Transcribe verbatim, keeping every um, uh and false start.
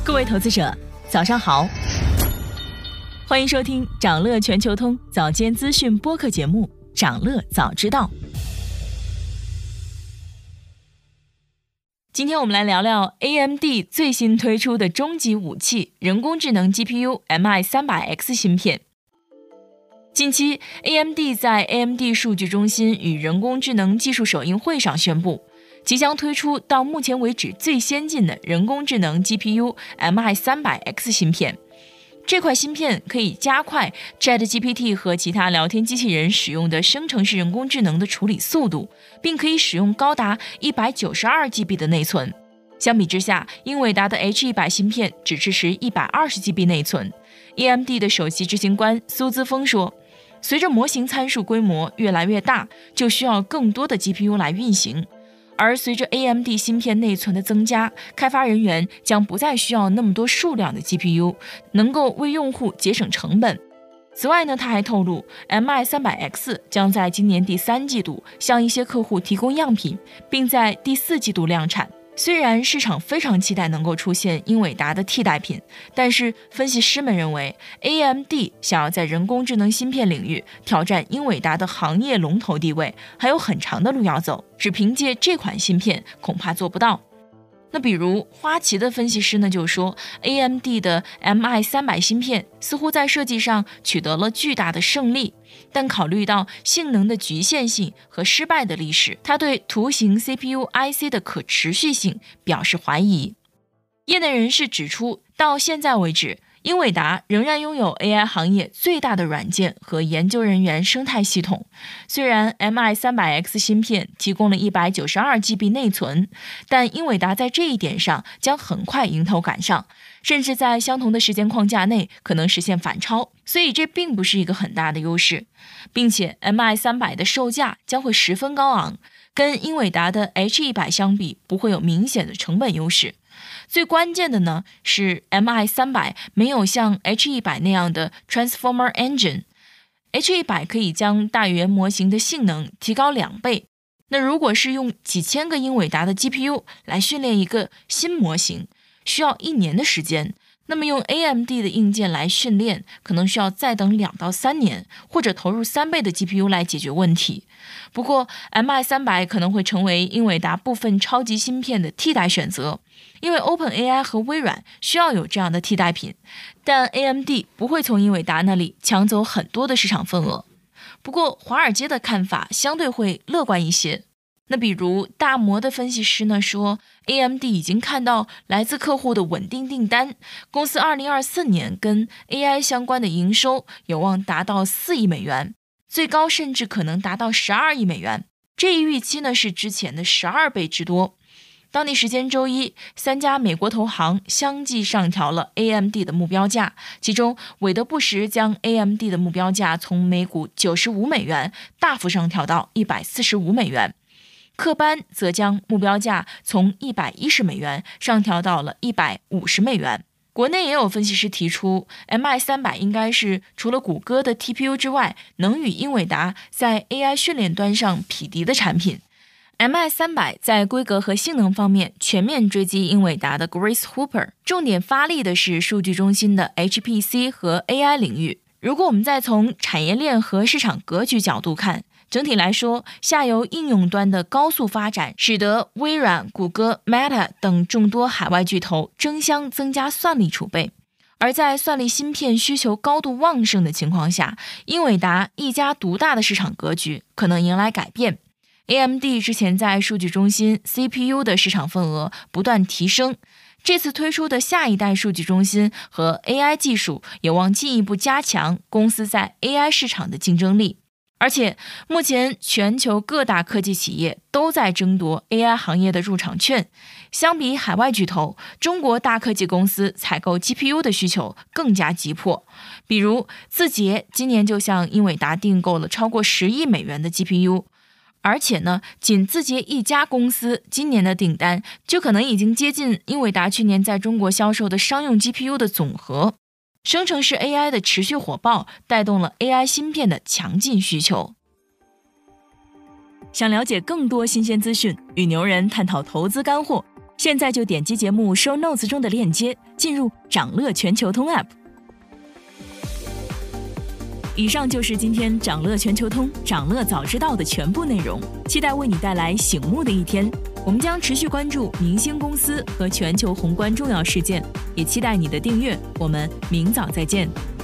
各位投资者，早上好，欢迎收听长乐全球通早间资讯播客节目《长乐早知道》。今天我们来聊聊 A M D 最新推出的终极武器人工智能 G P U M I 三百 X 芯片。近期 A M D 在 A M D 数据中心与人工智能技术首映会上宣布，即将推出到目前为止最先进的人工智能 G P U M I 三百 X 芯片。这块芯片可以加快 ChatGPT 和其他聊天机器人使用的生成式人工智能的处理速度，并可以使用高达 一百九十二 G B 的内存。相比之下，英伟达的 H 一百 芯片只支持 一百二十 G B 内存。A M D 的首席执行官苏姿丰说，随着模型参数规模越来越大，就需要更多的 G P U 来运行。而随着 A M D 芯片内存的增加，开发人员将不再需要那么多数量的 G P U， 能够为用户节省成本。此外呢，他还透露 M I 三百 X 将在今年第三季度向一些客户提供样品，并在第四季度量产。虽然市场非常期待能够出现英伟达的替代品，但是分析师们认为 A M D 想要在人工智能芯片领域挑战英伟达的行业龙头地位，还有很长的路要走，只凭借这款芯片恐怕做不到。那比如花旗的分析师呢就说 A M D 的 M I 三百 芯片似乎在设计上取得了巨大的胜利，但考虑到性能的局限性和失败的历史，他对图形 C P U I C 的可持续性表示怀疑。业内人士指出，到现在为止，英伟达仍然拥有 A I 行业最大的软件和研究人员生态系统。虽然 M I 三百 X 芯片提供了 一百九十二 G B 内存，但英伟达在这一点上将很快迎头赶上，甚至在相同的时间框架内可能实现反超，所以这并不是一个很大的优势。并且 M I 三百 的售价将会十分高昂，跟英伟达的 H 一百 相比不会有明显的成本优势。最关键的呢是 M I 三百 没有像 H 一百 那样的 Transformer Engine。H 一百 可以将大语言模型的性能提高两倍，那如果是用几千个英伟达的 G P U 来训练一个新模型，需要一年的时间，那么用 A M D 的硬件来训练，可能需要再等两到三年，或者投入三倍的 G P U 来解决问题。不过 M I 三百 可能会成为英伟达部分超级芯片的替代选择，因为 OpenAI 和微软需要有这样的替代品，但 A M D 不会从英伟达那里抢走很多的市场份额。不过华尔街的看法相对会乐观一些。那比如大摩的分析师呢说 A M D 已经看到来自客户的稳定订单，公司二零二四年跟 A I 相关的营收有望达到四亿美元，最高甚至可能达到十二亿美元。这一预期呢是之前的十二倍之多。当地时间周一，三家美国投行相继上调了 A M D 的目标价，其中韦德布什将 A M D 的目标价从每股九十五美元大幅上调到一百四十五美元。科班则将目标价从一百一十美元上调到了一百五十美元。国内也有分析师提出 M I 三百 应该是除了谷歌的 T P U 之外，能与英伟达在 A I 训练端上匹敌的产品。M I 三百 在规格和性能方面全面追击英伟达的 Grace Hopper， 重点发力的是数据中心的 H P C 和 A I 领域。如果我们再从产业链和市场格局角度看，整体来说，下游应用端的高速发展使得微软、谷歌、Meta 等众多海外巨头争相增加算力储备。而在算力芯片需求高度旺盛的情况下，英伟达一家独大的市场格局可能迎来改变。A M D 之前在数据中心 C P U 的市场份额不断提升，这次推出的下一代数据中心和 A I 技术有望进一步加强公司在 A I 市场的竞争力。而且目前全球各大科技企业都在争夺 A I 行业的入场券，相比海外巨头，中国大科技公司采购 G P U 的需求更加急迫。比如字节今年就向英伟达订购了超过十亿美元的 G P U， 而且呢，仅字节一家公司今年的订单就可能已经接近英伟达去年在中国销售的商用 G P U 的总和。生成式 A I 的持续火爆带动了 A I 芯片的强劲需求。想了解更多新鲜资讯，与牛人探讨投资干货， 现在就点击节目 show notes 中的链接，进入掌乐全球通 App。以上就是今天掌乐全球通掌乐早知道的全部内容，期待为你带来醒目的一天。我们将持续关注明星公司和全球宏观重要事件，也期待你的订阅。我们明早再见。